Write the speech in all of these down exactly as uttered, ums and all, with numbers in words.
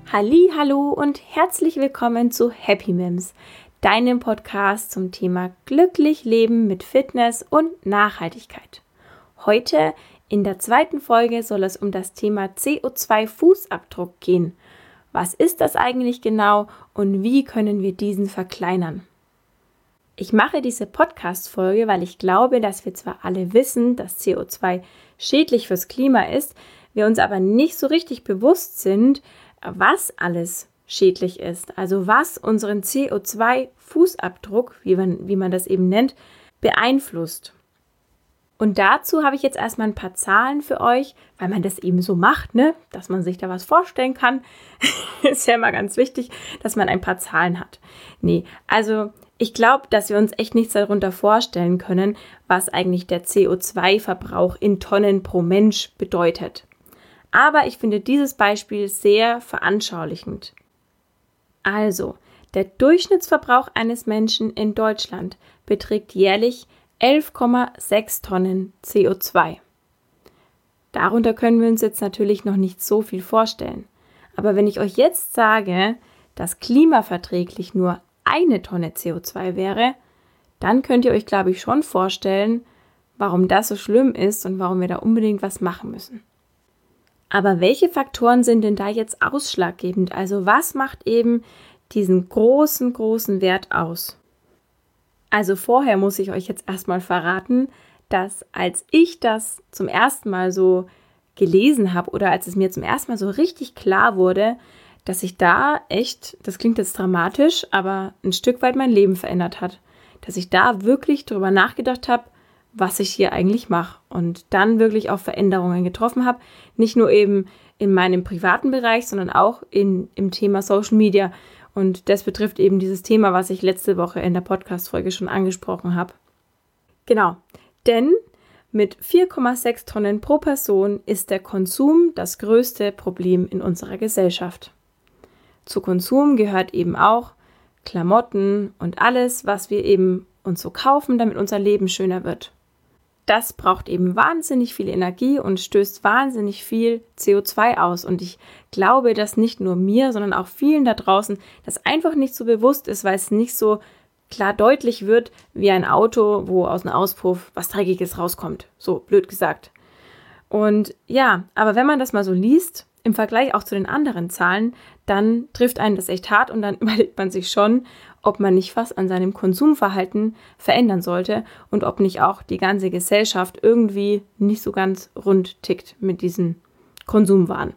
Halli, hallo und herzlich willkommen zu Happy Mims, deinem Podcast zum Thema glücklich leben mit Fitness und Nachhaltigkeit. Heute in der zweiten Folge soll es um das Thema C O zwei Fußabdruck gehen. Was ist das eigentlich genau und wie können wir diesen verkleinern? Ich mache diese Podcast-Folge, weil ich glaube, dass wir zwar alle wissen, dass C O zwei schädlich fürs Klima ist, wir uns aber nicht so richtig bewusst sind, was alles schädlich ist, also was unseren C O zwei Fußabdruck, wie man, wie man das eben nennt, beeinflusst. Und dazu habe ich jetzt erstmal ein paar Zahlen für euch, weil man das eben so macht, ne, dass man sich da was vorstellen kann. Ist ja immer ganz wichtig, dass man ein paar Zahlen hat. Nee, also ich glaube, dass wir uns echt nichts darunter vorstellen können, was eigentlich der C O zwei Verbrauch in Tonnen pro Mensch bedeutet. Aber ich finde dieses Beispiel sehr veranschaulichend. Also, der Durchschnittsverbrauch eines Menschen in Deutschland beträgt jährlich elf Komma sechs Tonnen C O zwei. Darunter können wir uns jetzt natürlich noch nicht so viel vorstellen. Aber wenn ich euch jetzt sage, dass klimaverträglich nur eine Tonne C O zwei wäre, dann könnt ihr euch, glaube ich, schon vorstellen, warum das so schlimm ist und warum wir da unbedingt was machen müssen. Aber welche Faktoren sind denn da jetzt ausschlaggebend? Also was macht eben diesen großen, großen Wert aus? Also vorher muss ich euch jetzt erstmal verraten, dass als ich das zum ersten Mal so gelesen habe oder als es mir zum ersten Mal so richtig klar wurde, dass sich da echt, das klingt jetzt dramatisch, aber ein Stück weit mein Leben verändert hat. Dass ich da wirklich drüber nachgedacht habe, was ich hier eigentlich mache und dann wirklich auch Veränderungen getroffen habe. Nicht nur eben in meinem privaten Bereich, sondern auch in, im Thema Social Media. Und das betrifft eben dieses Thema, was ich letzte Woche in der Podcast-Folge schon angesprochen habe. Genau, denn mit vier Komma sechs Tonnen pro Person ist der Konsum das größte Problem in unserer Gesellschaft. Zu Konsum gehört eben auch Klamotten und alles, was wir eben uns so kaufen, damit unser Leben schöner wird. Das braucht eben wahnsinnig viel Energie und stößt wahnsinnig viel C O zwei aus. Und ich glaube, dass nicht nur mir, sondern auch vielen da draußen das einfach nicht so bewusst ist, weil es nicht so klar deutlich wird wie ein Auto, wo aus einem Auspuff was Dreckiges rauskommt. So blöd gesagt. Und ja, aber wenn man das mal so liest, im Vergleich auch zu den anderen Zahlen, dann trifft einen das echt hart und dann überlegt man sich schon, ob man nicht was an seinem Konsumverhalten verändern sollte und ob nicht auch die ganze Gesellschaft irgendwie nicht so ganz rund tickt mit diesen Konsumwaren.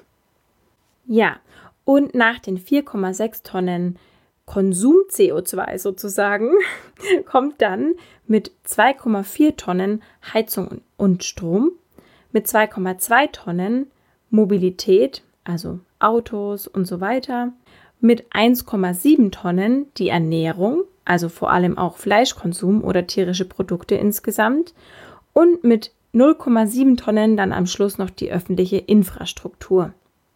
Ja, und nach den vier Komma sechs Tonnen Konsum-C O zwei sozusagen kommt dann mit zwei Komma vier Tonnen Heizung und Strom, mit zwei Komma zwei Tonnen Mobilität, also Autos und so weiter, mit eins Komma sieben Tonnen die Ernährung, also vor allem auch Fleischkonsum oder tierische Produkte insgesamt und mit null Komma sieben Tonnen dann am Schluss noch die öffentliche Infrastruktur.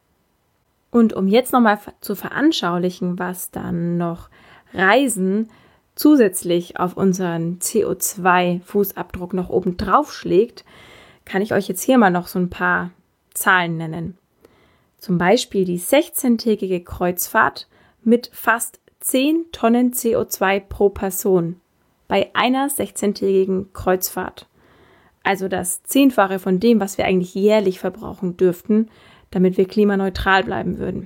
Und um jetzt nochmal zu veranschaulichen, was dann noch Reisen zusätzlich auf unseren C O zwei Fußabdruck noch oben drauf schlägt, kann ich euch jetzt hier mal noch so ein paar Zahlen nennen. Zum Beispiel die sechzehntägige Kreuzfahrt mit fast zehn Tonnen C O zwei pro Person bei einer sechzehntägigen Kreuzfahrt. Also das Zehnfache von dem, was wir eigentlich jährlich verbrauchen dürften, damit wir klimaneutral bleiben würden.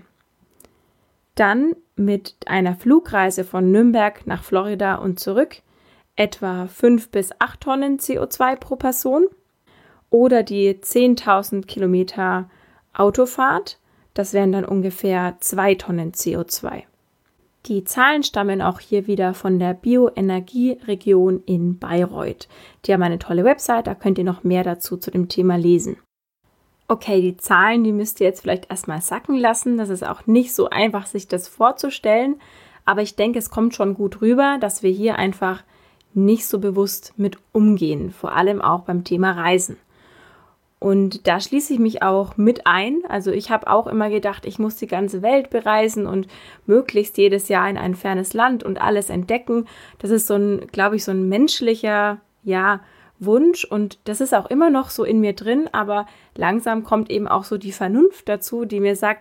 Dann mit einer Flugreise von Nürnberg nach Florida und zurück etwa fünf bis acht Tonnen C O zwei pro Person. Oder die zehntausend Kilometer Autofahrt, das wären dann ungefähr zwei Tonnen C O zwei. Die Zahlen stammen auch hier wieder von der Bioenergieregion in Bayreuth. Die haben eine tolle Website, da könnt ihr noch mehr dazu zu dem Thema lesen. Okay, die Zahlen, die müsst ihr jetzt vielleicht erstmal sacken lassen. Das ist auch nicht so einfach, sich das vorzustellen. Aber ich denke, es kommt schon gut rüber, dass wir hier einfach nicht so bewusst mit umgehen. Vor allem auch beim Thema Reisen. Und da schließe ich mich auch mit ein. Also ich habe auch immer gedacht, ich muss die ganze Welt bereisen und möglichst jedes Jahr in ein fernes Land und alles entdecken. Das ist so ein, glaube ich, so ein menschlicher, ja, Wunsch und das ist auch immer noch so in mir drin, aber langsam kommt eben auch so die Vernunft dazu, die mir sagt,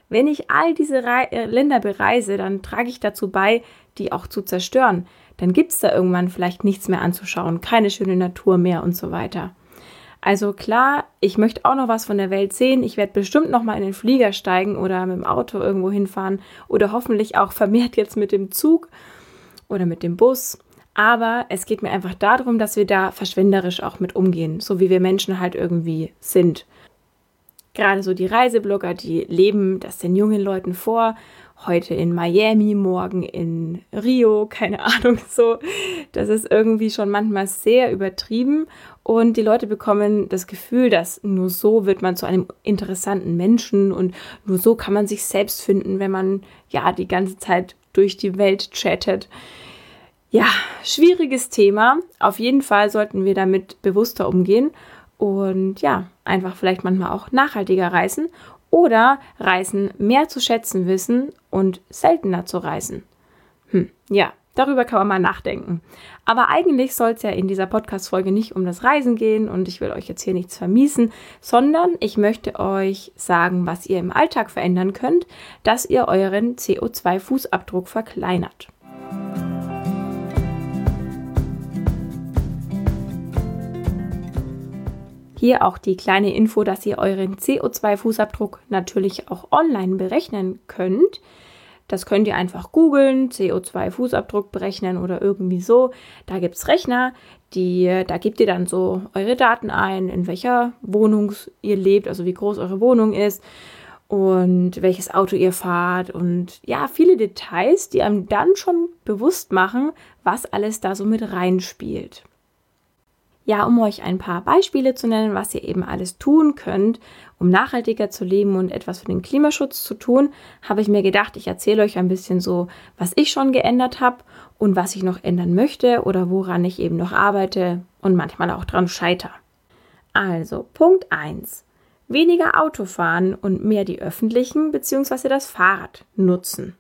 Wenn ich all diese Re- äh, Länder bereise, dann trage ich dazu bei, die auch zu zerstören. Dann gibt es da irgendwann vielleicht nichts mehr anzuschauen, keine schöne Natur mehr und so weiter. Also klar, ich möchte auch noch was von der Welt sehen. Ich werde bestimmt noch mal in den Flieger steigen oder mit dem Auto irgendwo hinfahren oder hoffentlich auch vermehrt jetzt mit dem Zug oder mit dem Bus. Aber es geht mir einfach darum, dass wir da verschwenderisch auch mit umgehen, so wie wir Menschen halt irgendwie sind. Gerade so die Reiseblogger, die leben das den jungen Leuten vor. Heute in Miami, morgen in Rio, keine Ahnung, so. Das ist irgendwie schon manchmal sehr übertrieben und die Leute bekommen das Gefühl, dass nur so wird man zu einem interessanten Menschen und nur so kann man sich selbst finden, wenn man ja die ganze Zeit durch die Welt chattet. Ja, schwieriges Thema. Auf jeden Fall sollten wir damit bewusster umgehen und ja, einfach vielleicht manchmal auch nachhaltiger reisen. Oder Reisen mehr zu schätzen wissen und seltener zu reisen. Hm, ja, darüber kann man mal nachdenken. Aber eigentlich soll es ja in dieser Podcast-Folge nicht um das Reisen gehen und ich will euch jetzt hier nichts vermiesen, sondern ich möchte euch sagen, was ihr im Alltag verändern könnt, dass ihr euren C O zwei Fußabdruck verkleinert. Hier auch die kleine Info, dass ihr euren C O zwei Fußabdruck natürlich auch online berechnen könnt. Das könnt ihr einfach googeln, C O zwei Fußabdruck berechnen oder irgendwie so. Da gibt es Rechner, die, da gebt ihr dann so eure Daten ein, in welcher Wohnung ihr lebt, also wie groß eure Wohnung ist und welches Auto ihr fahrt und ja, viele Details, die einem dann schon bewusst machen, was alles da so mit reinspielt. Ja, um euch ein paar Beispiele zu nennen, was ihr eben alles tun könnt, um nachhaltiger zu leben und etwas für den Klimaschutz zu tun, habe ich mir gedacht, ich erzähle euch ein bisschen so, was ich schon geändert habe und was ich noch ändern möchte oder woran ich eben noch arbeite und manchmal auch dran scheitere. Also, Punkt eins. Weniger Auto fahren und mehr die öffentlichen bzw. das Fahrrad nutzen.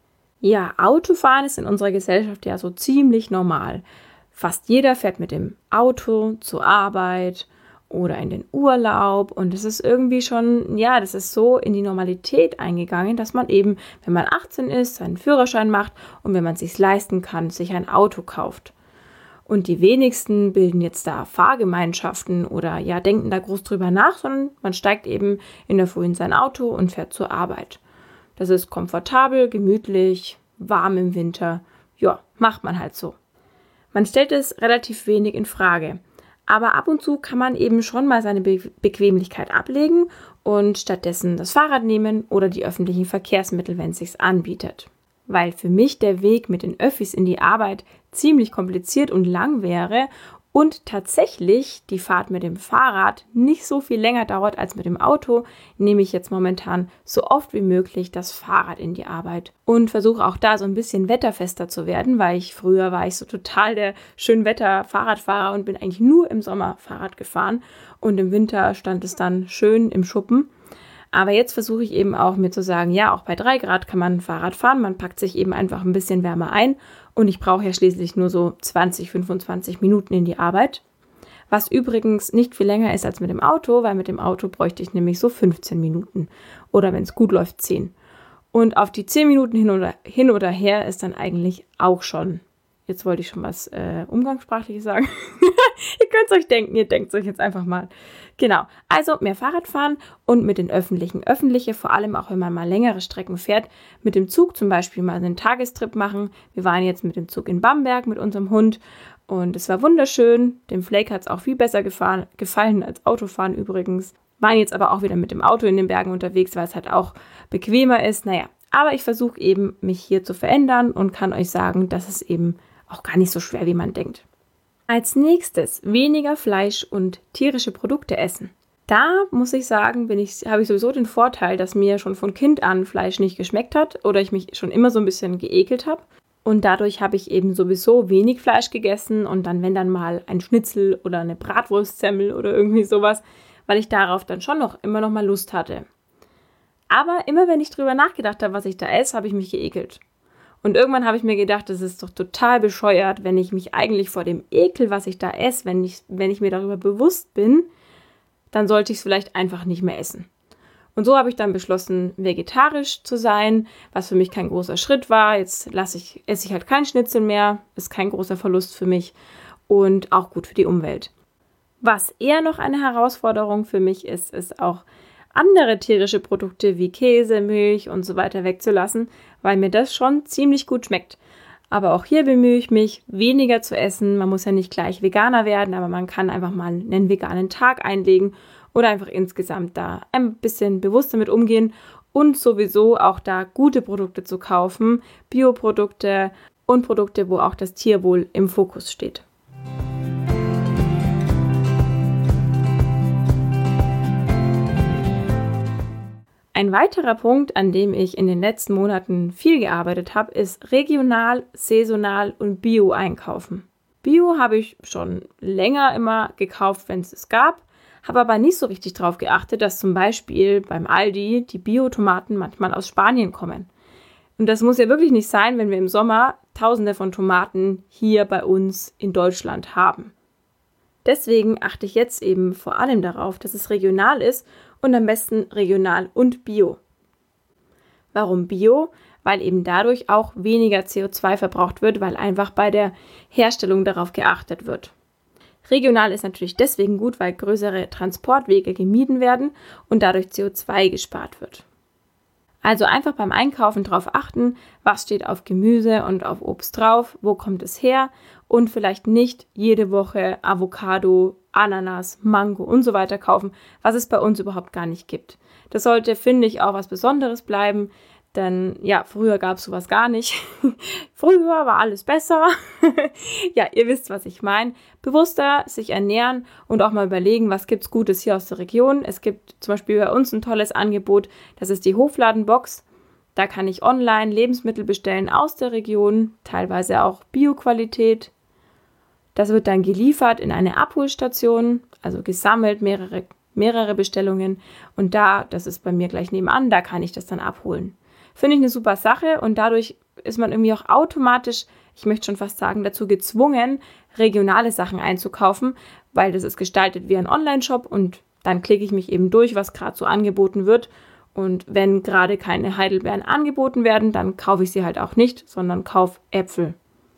Ja, Autofahren ist in unserer Gesellschaft ja so ziemlich normal. Fast jeder fährt mit dem Auto zur Arbeit oder in den Urlaub und es ist irgendwie schon, ja, das ist so in die Normalität eingegangen, dass man eben, wenn man achtzehn ist, seinen Führerschein macht und wenn man es sich leisten kann, sich ein Auto kauft. Und die wenigsten bilden jetzt da Fahrgemeinschaften oder ja, denken da groß drüber nach, sondern man steigt eben in der Früh in sein Auto und fährt zur Arbeit. Das ist komfortabel, gemütlich, warm im Winter, ja, macht man halt so. Man stellt es relativ wenig in Frage, aber ab und zu kann man eben schon mal seine Be- Bequemlichkeit ablegen und stattdessen das Fahrrad nehmen oder die öffentlichen Verkehrsmittel, wenn es sich anbietet. Weil für mich der Weg mit den Öffis in die Arbeit ziemlich kompliziert und lang wäre und tatsächlich die Fahrt mit dem Fahrrad nicht so viel länger dauert als mit dem Auto, nehme ich jetzt momentan so oft wie möglich das Fahrrad in die Arbeit und versuche auch da so ein bisschen wetterfester zu werden, weil ich früher war ich so total der Schönwetter-Fahrradfahrer und bin eigentlich nur im Sommer Fahrrad gefahren und im Winter stand es dann schön im Schuppen. Aber jetzt versuche ich eben auch mir zu sagen, ja, auch bei drei Grad kann man Fahrrad fahren, man packt sich eben einfach ein bisschen wärmer ein und ich brauche ja schließlich nur so zwanzig, fünfundzwanzig Minuten in die Arbeit, was übrigens nicht viel länger ist als mit dem Auto, weil mit dem Auto bräuchte ich nämlich so fünfzehn Minuten oder wenn es gut läuft zehn. Und auf die zehn Minuten hin oder, hin oder her ist dann eigentlich auch schon, jetzt wollte ich schon was äh, Umgangssprachliches sagen, ihr könnt es euch denken, ihr denkt es euch jetzt einfach mal. Genau, also mehr Fahrrad fahren und mit den Öffentlichen. Öffentliche, vor allem auch wenn man mal längere Strecken fährt, mit dem Zug zum Beispiel mal einen Tagestrip machen. Wir waren jetzt mit dem Zug in Bamberg mit unserem Hund und es war wunderschön. Dem Flake hat es auch viel besser gefahren, gefallen als Autofahren übrigens. Waren jetzt aber auch wieder mit dem Auto in den Bergen unterwegs, weil es halt auch bequemer ist. Naja, aber ich versuche eben, mich hier zu verändern und kann euch sagen, dass es eben auch gar nicht so schwer, wie man denkt. Als nächstes weniger Fleisch und tierische Produkte essen. Da muss ich sagen, bin ich, habe ich sowieso den Vorteil, dass mir schon von Kind an Fleisch nicht geschmeckt hat oder ich mich schon immer so ein bisschen geekelt habe. Und dadurch habe ich eben sowieso wenig Fleisch gegessen und dann, wenn dann mal ein Schnitzel oder eine Bratwurstsemmel oder irgendwie sowas, weil ich darauf dann schon noch immer noch mal Lust hatte. Aber immer wenn ich drüber nachgedacht habe, was ich da esse, habe ich mich geekelt. Und irgendwann habe ich mir gedacht, das ist doch total bescheuert, wenn ich mich eigentlich vor dem Ekel, was ich da esse, wenn ich, wenn ich mir darüber bewusst bin, dann sollte ich es vielleicht einfach nicht mehr essen. Und so habe ich dann beschlossen, vegetarisch zu sein, was für mich kein großer Schritt war. Jetzt lasse ich, esse ich halt kein Schnitzel mehr, ist kein großer Verlust für mich und auch gut für die Umwelt. Was eher noch eine Herausforderung für mich ist, ist auch andere tierische Produkte wie Käse, Milch und so weiter wegzulassen, weil mir das schon ziemlich gut schmeckt. Aber auch hier bemühe ich mich, weniger zu essen. Man muss ja nicht gleich Veganer werden, aber man kann einfach mal einen veganen Tag einlegen oder einfach insgesamt da ein bisschen bewusster mit umgehen und sowieso auch da gute Produkte zu kaufen, Bioprodukte und Produkte, wo auch das Tierwohl im Fokus steht. Ein weiterer Punkt, an dem ich in den letzten Monaten viel gearbeitet habe, ist regional, saisonal und Bio einkaufen. Bio habe ich schon länger immer gekauft, wenn es es gab, habe aber nicht so richtig darauf geachtet, dass zum Beispiel beim Aldi die Bio-Tomaten manchmal aus Spanien kommen. Und das muss ja wirklich nicht sein, wenn wir im Sommer Tausende von Tomaten hier bei uns in Deutschland haben. Deswegen achte ich jetzt eben vor allem darauf, dass es regional ist und am besten regional und Bio. Warum Bio? Weil eben dadurch auch weniger C O zwei verbraucht wird, weil einfach bei der Herstellung darauf geachtet wird. Regional ist natürlich deswegen gut, weil größere Transportwege gemieden werden und dadurch C O zwei gespart wird. Also einfach beim Einkaufen darauf achten, was steht auf Gemüse und auf Obst drauf, wo kommt es her und vielleicht nicht jede Woche Avocado, Ananas, Mango und so weiter kaufen, was es bei uns überhaupt gar nicht gibt. Das sollte, finde ich, auch was Besonderes bleiben, denn ja, früher gab es sowas gar nicht. Früher war alles besser. Ja, ihr wisst, was ich meine. Bewusster sich ernähren und auch mal überlegen, was gibt's Gutes hier aus der Region. Es gibt zum Beispiel bei uns ein tolles Angebot, das ist die Hofladenbox. Da kann ich online Lebensmittel bestellen aus der Region, teilweise auch Bio-Qualität. Das wird dann geliefert in eine Abholstation, also gesammelt, mehrere, mehrere Bestellungen. Und da, das ist bei mir gleich nebenan, da kann ich das dann abholen. Finde ich eine super Sache und dadurch ist man irgendwie auch automatisch, ich möchte schon fast sagen, dazu gezwungen, regionale Sachen einzukaufen, weil das ist gestaltet wie ein Online-Shop und dann klicke ich mich eben durch, was gerade so angeboten wird. Und wenn gerade keine Heidelbeeren angeboten werden, dann kaufe ich sie halt auch nicht, sondern kaufe Äpfel.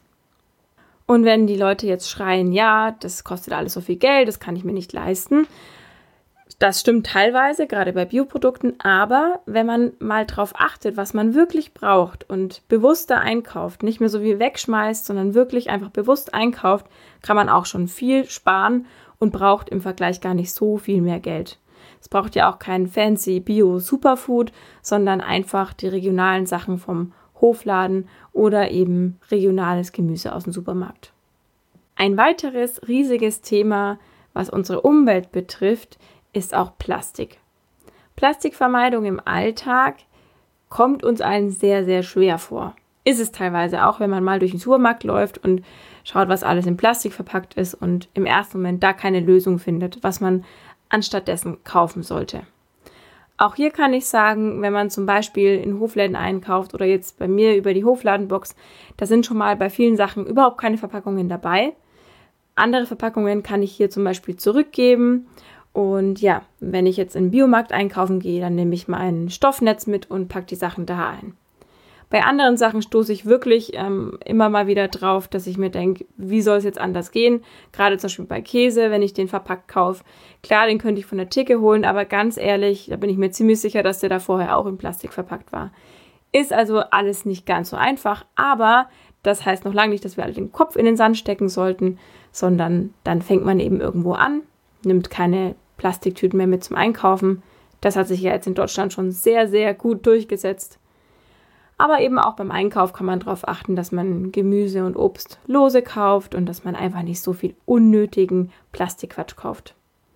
Und wenn die Leute jetzt schreien, ja, das kostet alles so viel Geld, das kann ich mir nicht leisten, das stimmt teilweise, gerade bei Bioprodukten, aber wenn man mal drauf achtet, was man wirklich braucht und bewusster einkauft, nicht mehr so wie wegschmeißt, sondern wirklich einfach bewusst einkauft, kann man auch schon viel sparen und braucht im Vergleich gar nicht so viel mehr Geld. Es braucht ja auch kein fancy Bio-Superfood, sondern einfach die regionalen Sachen vom Hofladen oder eben regionales Gemüse aus dem Supermarkt. Ein weiteres riesiges Thema, was unsere Umwelt betrifft, ist auch Plastik. Plastikvermeidung im Alltag kommt uns allen sehr, sehr schwer vor. Ist es teilweise auch, wenn man mal durch den Supermarkt läuft und schaut, was alles in Plastik verpackt ist und im ersten Moment da keine Lösung findet, was man anstattdessen kaufen sollte. Auch hier kann ich sagen, wenn man zum Beispiel in Hofläden einkauft oder jetzt bei mir über die Hofladenbox, da sind schon mal bei vielen Sachen überhaupt keine Verpackungen dabei. Andere Verpackungen kann ich hier zum Beispiel zurückgeben. Und ja, wenn ich jetzt in den Biomarkt einkaufen gehe, dann nehme ich mein Stoffnetz mit und packe die Sachen da ein. Bei anderen Sachen stoße ich wirklich ähm, immer mal wieder drauf, dass ich mir denke, wie soll es jetzt anders gehen? Gerade zum Beispiel bei Käse, wenn ich den verpackt kaufe. Klar, den könnte ich von der Theke holen, aber ganz ehrlich, da bin ich mir ziemlich sicher, dass der da vorher auch in Plastik verpackt war. Ist also alles nicht ganz so einfach, aber das heißt noch lange nicht, dass wir alle den Kopf in den Sand stecken sollten, sondern dann fängt man eben irgendwo an, nimmt keine Plastiktüten mehr mit zum Einkaufen. Das hat sich ja jetzt in Deutschland schon sehr, sehr gut durchgesetzt. Aber eben auch beim Einkauf kann man darauf achten, dass man Gemüse und Obst lose kauft und dass man einfach nicht so viel unnötigen Plastikquatsch kauft.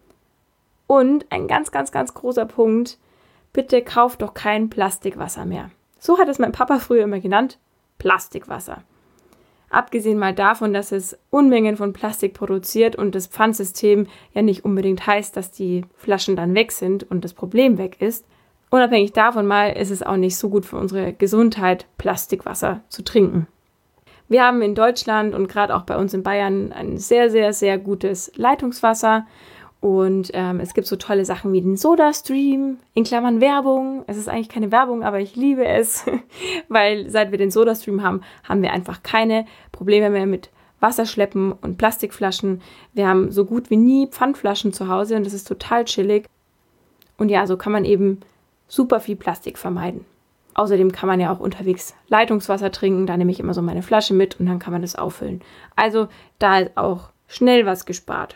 Und ein ganz, ganz, ganz großer Punkt, bitte kauft doch kein Plastikwasser mehr. So hat es mein Papa früher immer genannt, Plastikwasser. Abgesehen mal davon, dass es Unmengen von Plastik produziert und das Pfandsystem ja nicht unbedingt heißt, dass die Flaschen dann weg sind und das Problem weg ist. Unabhängig davon mal ist es auch nicht so gut für unsere Gesundheit, Plastikwasser zu trinken. Wir haben in Deutschland und gerade auch bei uns in Bayern ein sehr, sehr, sehr gutes Leitungswasser Und ähm, es gibt so tolle Sachen wie den SodaStream, in Klammern Werbung. Es ist eigentlich keine Werbung, aber ich liebe es, weil seit wir den SodaStream haben, haben wir einfach keine Probleme mehr mit Wasserschleppen und Plastikflaschen. Wir haben so gut wie nie Pfandflaschen zu Hause und das ist total chillig. Und ja, so kann man eben super viel Plastik vermeiden. Außerdem kann man ja auch unterwegs Leitungswasser trinken. Da nehme ich immer so meine Flasche mit und dann kann man das auffüllen. Also da ist auch schnell was gespart.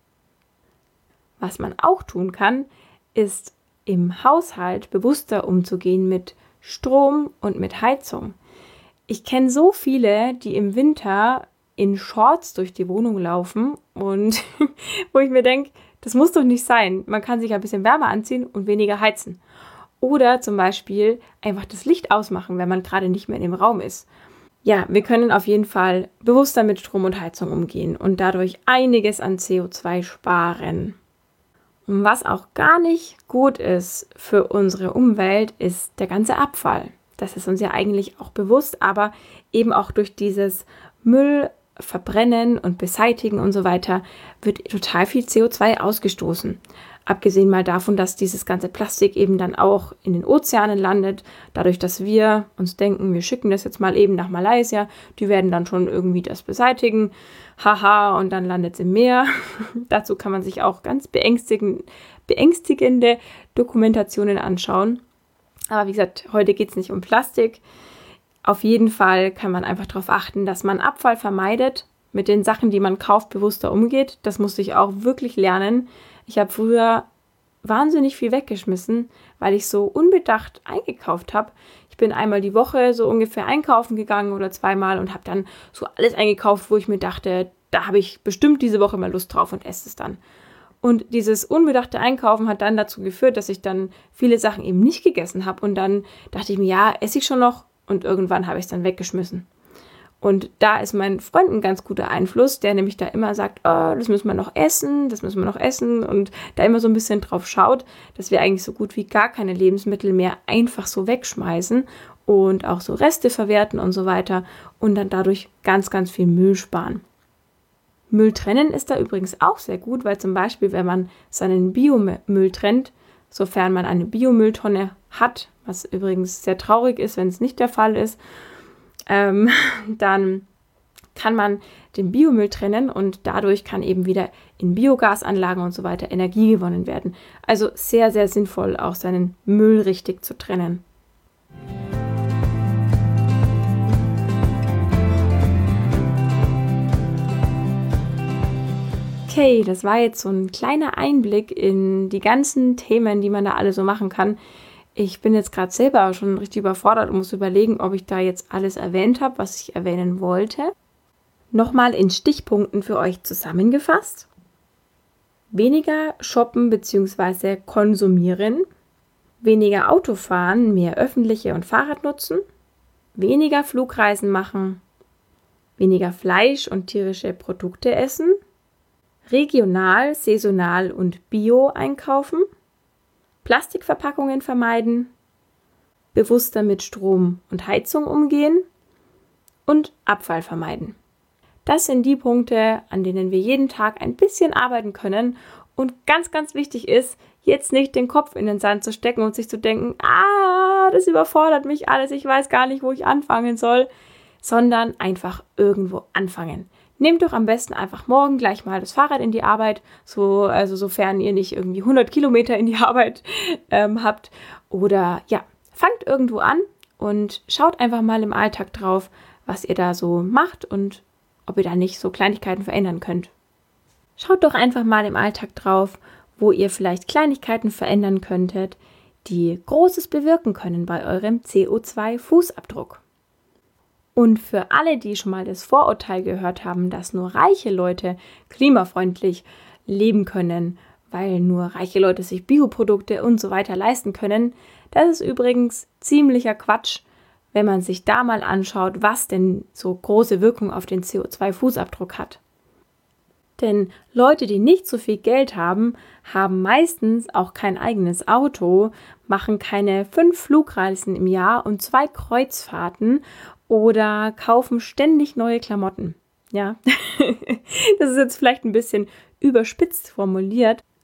Was man auch tun kann, ist im Haushalt bewusster umzugehen mit Strom und mit Heizung. Ich kenne so viele, die im Winter in Shorts durch die Wohnung laufen und wo ich mir denke, das muss doch nicht sein. Man kann sich ein bisschen wärmer anziehen und weniger heizen. Oder zum Beispiel einfach das Licht ausmachen, wenn man gerade nicht mehr in dem Raum ist. Ja, wir können auf jeden Fall bewusster mit Strom und Heizung umgehen und dadurch einiges an C O zwei sparen. Und was auch gar nicht gut ist für unsere Umwelt, ist der ganze Abfall. Das ist uns ja eigentlich auch bewusst, aber eben auch durch dieses Müll verbrennen und beseitigen und so weiter wird total viel C O zwei ausgestoßen. Abgesehen mal davon, dass dieses ganze Plastik eben dann auch in den Ozeanen landet, dadurch, dass wir uns denken, wir schicken das jetzt mal eben nach Malaysia, die werden dann schon irgendwie das beseitigen, haha, und dann landet es im Meer. Dazu kann man sich auch ganz beängstigend, beängstigende Dokumentationen anschauen. Aber wie gesagt, heute geht es nicht um Plastik. Auf jeden Fall kann man einfach darauf achten, dass man Abfall vermeidet, mit den Sachen, die man kauft, bewusster umgeht. Das musste ich auch wirklich lernen. Ich habe früher wahnsinnig viel weggeschmissen, weil ich so unbedacht eingekauft habe. Ich bin einmal die Woche so ungefähr einkaufen gegangen oder zweimal und habe dann so alles eingekauft, wo ich mir dachte, da habe ich bestimmt diese Woche mal Lust drauf und esse es dann. Und dieses unbedachte Einkaufen hat dann dazu geführt, dass ich dann viele Sachen eben nicht gegessen habe. Und dann dachte ich mir, ja, esse ich schon noch. Und irgendwann habe ich es dann weggeschmissen. Und da ist mein Freund ein ganz guter Einfluss, der nämlich da immer sagt, oh, das müssen wir noch essen, das müssen wir noch essen. Und da immer so ein bisschen drauf schaut, dass wir eigentlich so gut wie gar keine Lebensmittel mehr einfach so wegschmeißen und auch so Reste verwerten und so weiter. Und dann dadurch ganz, ganz viel Müll sparen. Müll trennen ist da übrigens auch sehr gut, weil zum Beispiel, wenn man seinen Biomüll trennt, sofern man eine Biomülltonne hat, was übrigens sehr traurig ist, wenn es nicht der Fall ist, ähm, dann kann man den Biomüll trennen und dadurch kann eben wieder in Biogasanlagen und so weiter Energie gewonnen werden. Also sehr, sehr sinnvoll, auch seinen Müll richtig zu trennen. Okay, das war jetzt so ein kleiner Einblick in die ganzen Themen, die man da alle so machen kann. Ich bin jetzt gerade selber schon richtig überfordert und muss überlegen, ob ich da jetzt alles erwähnt habe, was ich erwähnen wollte. Nochmal in Stichpunkten für euch zusammengefasst. Weniger shoppen bzw. konsumieren. Weniger Auto fahren, mehr öffentliche und Fahrrad nutzen. Weniger Flugreisen machen. Weniger Fleisch und tierische Produkte essen. Regional, saisonal und bio einkaufen. Plastikverpackungen vermeiden, bewusster mit Strom und Heizung umgehen und Abfall vermeiden. Das sind die Punkte, an denen wir jeden Tag ein bisschen arbeiten können und ganz, ganz wichtig ist, jetzt nicht den Kopf in den Sand zu stecken und sich zu denken, ah, das überfordert mich alles, ich weiß gar nicht, wo ich anfangen soll, sondern einfach irgendwo anfangen. Nehmt doch am besten einfach morgen gleich mal das Fahrrad in die Arbeit, so, also sofern ihr nicht irgendwie hundert Kilometer in die Arbeit ähm, habt. Oder ja, fangt irgendwo an und schaut einfach mal im Alltag drauf, was ihr da so macht und ob ihr da nicht so Kleinigkeiten verändern könnt. Schaut doch einfach mal im Alltag drauf, wo ihr vielleicht Kleinigkeiten verändern könntet, die Großes bewirken können bei eurem C O zwei Fußabdruck. Und für alle, die schon mal das Vorurteil gehört haben, dass nur reiche Leute klimafreundlich leben können, weil nur reiche Leute sich Bioprodukte und so weiter leisten können, das ist übrigens ziemlicher Quatsch, wenn man sich da mal anschaut, was denn so große Wirkung auf den C O zwei Fußabdruck hat. Denn Leute, die nicht so viel Geld haben, haben meistens auch kein eigenes Auto, machen keine fünf Flugreisen im Jahr und zwei Kreuzfahrten oder kaufen ständig neue Klamotten. Ja, das ist jetzt vielleicht ein bisschen überspitzt formuliert,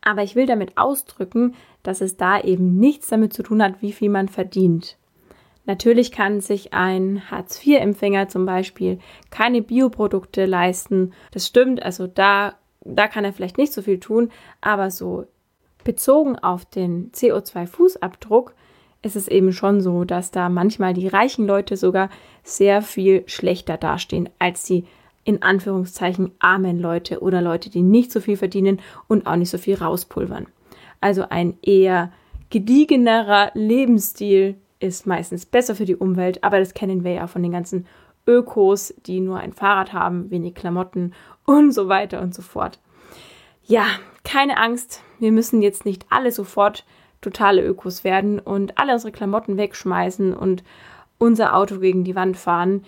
Aber ich will damit ausdrücken, dass es da eben nichts damit zu tun hat, wie viel man verdient. Natürlich kann sich ein Hartz vier Empfänger zum Beispiel keine Bioprodukte leisten. Das stimmt, also da, da kann er vielleicht nicht so viel tun, aber so bezogen auf den C O zwei Fußabdruck ist es eben schon so, dass da manchmal die reichen Leute sogar sehr viel schlechter dastehen als die in Anführungszeichen armen Leute oder Leute, die nicht so viel verdienen und auch nicht so viel rauspulvern. Also ein eher gediegenerer Lebensstil ist meistens besser für die Umwelt, aber das kennen wir ja von den ganzen Ökos, die nur ein Fahrrad haben, wenig Klamotten und so weiter und so fort. Ja, keine Angst, wir müssen jetzt nicht alle sofort totale Ökos werden und alle unsere Klamotten wegschmeißen und unser Auto gegen die Wand fahren.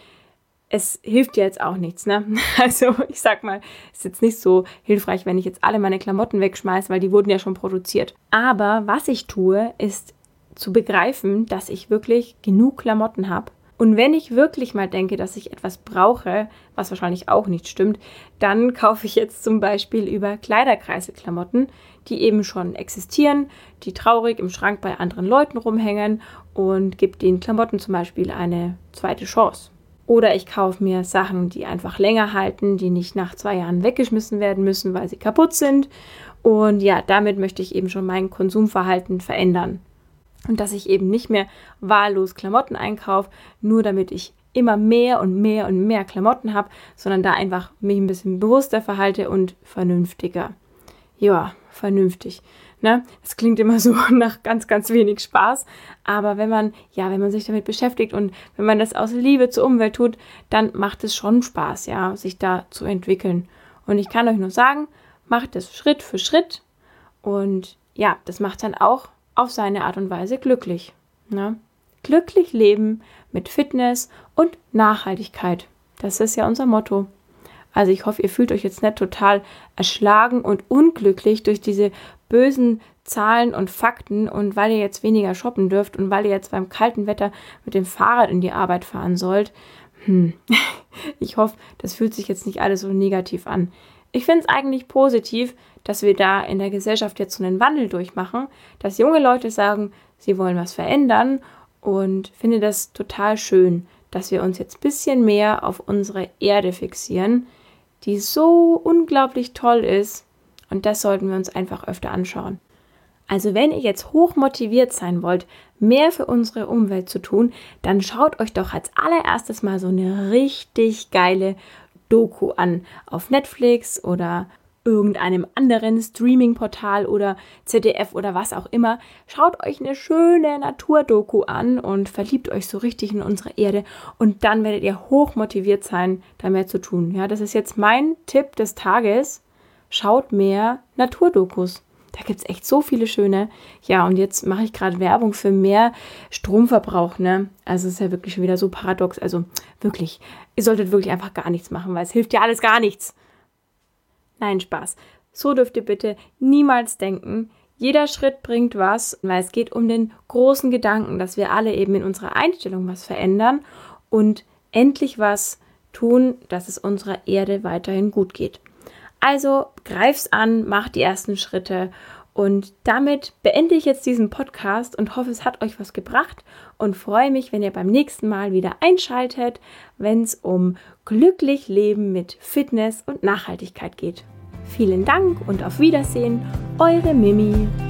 Es hilft ja jetzt auch nichts, ne? Also ich sag mal, ist jetzt nicht so hilfreich, wenn ich jetzt alle meine Klamotten wegschmeiße, weil die wurden ja schon produziert. Aber was ich tue, ist zu begreifen, dass ich wirklich genug Klamotten habe. Und wenn ich wirklich mal denke, dass ich etwas brauche, was wahrscheinlich auch nicht stimmt, dann kaufe ich jetzt zum Beispiel über Kleiderkreise Klamotten, die eben schon existieren, die traurig im Schrank bei anderen Leuten rumhängen und gebe den Klamotten zum Beispiel eine zweite Chance. Oder ich kaufe mir Sachen, die einfach länger halten, die nicht nach zwei Jahren weggeschmissen werden müssen, weil sie kaputt sind. Und ja, damit möchte ich eben schon mein Konsumverhalten verändern. Und dass ich eben nicht mehr wahllos Klamotten einkaufe, nur damit ich immer mehr und mehr und mehr Klamotten habe, sondern da einfach mich ein bisschen bewusster verhalte und vernünftiger. Ja, vernünftig. Ne? Das klingt immer so nach ganz, ganz wenig Spaß, aber wenn man, ja, wenn man sich damit beschäftigt und wenn man das aus Liebe zur Umwelt tut, dann macht es schon Spaß, ja, sich da zu entwickeln. Und ich kann euch nur sagen, macht es Schritt für Schritt und ja, das macht dann auch auf seine Art und Weise glücklich. Ne? Glücklich leben mit Fitness und Nachhaltigkeit. Das ist ja unser Motto. Also ich hoffe, ihr fühlt euch jetzt nicht total erschlagen und unglücklich durch diese bösen Zahlen und Fakten und weil ihr jetzt weniger shoppen dürft und weil ihr jetzt beim kalten Wetter mit dem Fahrrad in die Arbeit fahren sollt. Hm. Ich hoffe, das fühlt sich jetzt nicht alles so negativ an. Ich finde es eigentlich positiv, dass wir da in der Gesellschaft jetzt so einen Wandel durchmachen, dass junge Leute sagen, sie wollen was verändern und finde das total schön, dass wir uns jetzt ein bisschen mehr auf unsere Erde fixieren, die so unglaublich toll ist und das sollten wir uns einfach öfter anschauen. Also wenn ihr jetzt hoch motiviert sein wollt, mehr für unsere Umwelt zu tun, dann schaut euch doch als allererstes mal so eine richtig geile Doku an auf Netflix oder irgendeinem anderen Streaming-Portal oder Z D F oder was auch immer. Schaut euch eine schöne Naturdoku an und verliebt euch so richtig in unsere Erde und dann werdet ihr hoch motiviert sein, da mehr zu tun. Ja, das ist jetzt mein Tipp des Tages. Schaut mehr Naturdokus. Da gibt es echt so viele schöne. Ja, und jetzt mache ich gerade Werbung für mehr Stromverbrauch, ne? Also es ist ja wirklich schon wieder so paradox. Also wirklich, ihr solltet wirklich einfach gar nichts machen, weil es hilft ja alles gar nichts. Nein, Spaß. So dürft ihr bitte niemals denken. Jeder Schritt bringt was, weil es geht um den großen Gedanken, dass wir alle eben in unserer Einstellung was verändern und endlich was tun, dass es unserer Erde weiterhin gut geht. Also greif's an, macht die ersten Schritte und damit beende ich jetzt diesen Podcast und hoffe, es hat euch was gebracht und freue mich, wenn ihr beim nächsten Mal wieder einschaltet, wenn es um glücklich Leben mit Fitness und Nachhaltigkeit geht. Vielen Dank und auf Wiedersehen, eure Mimi.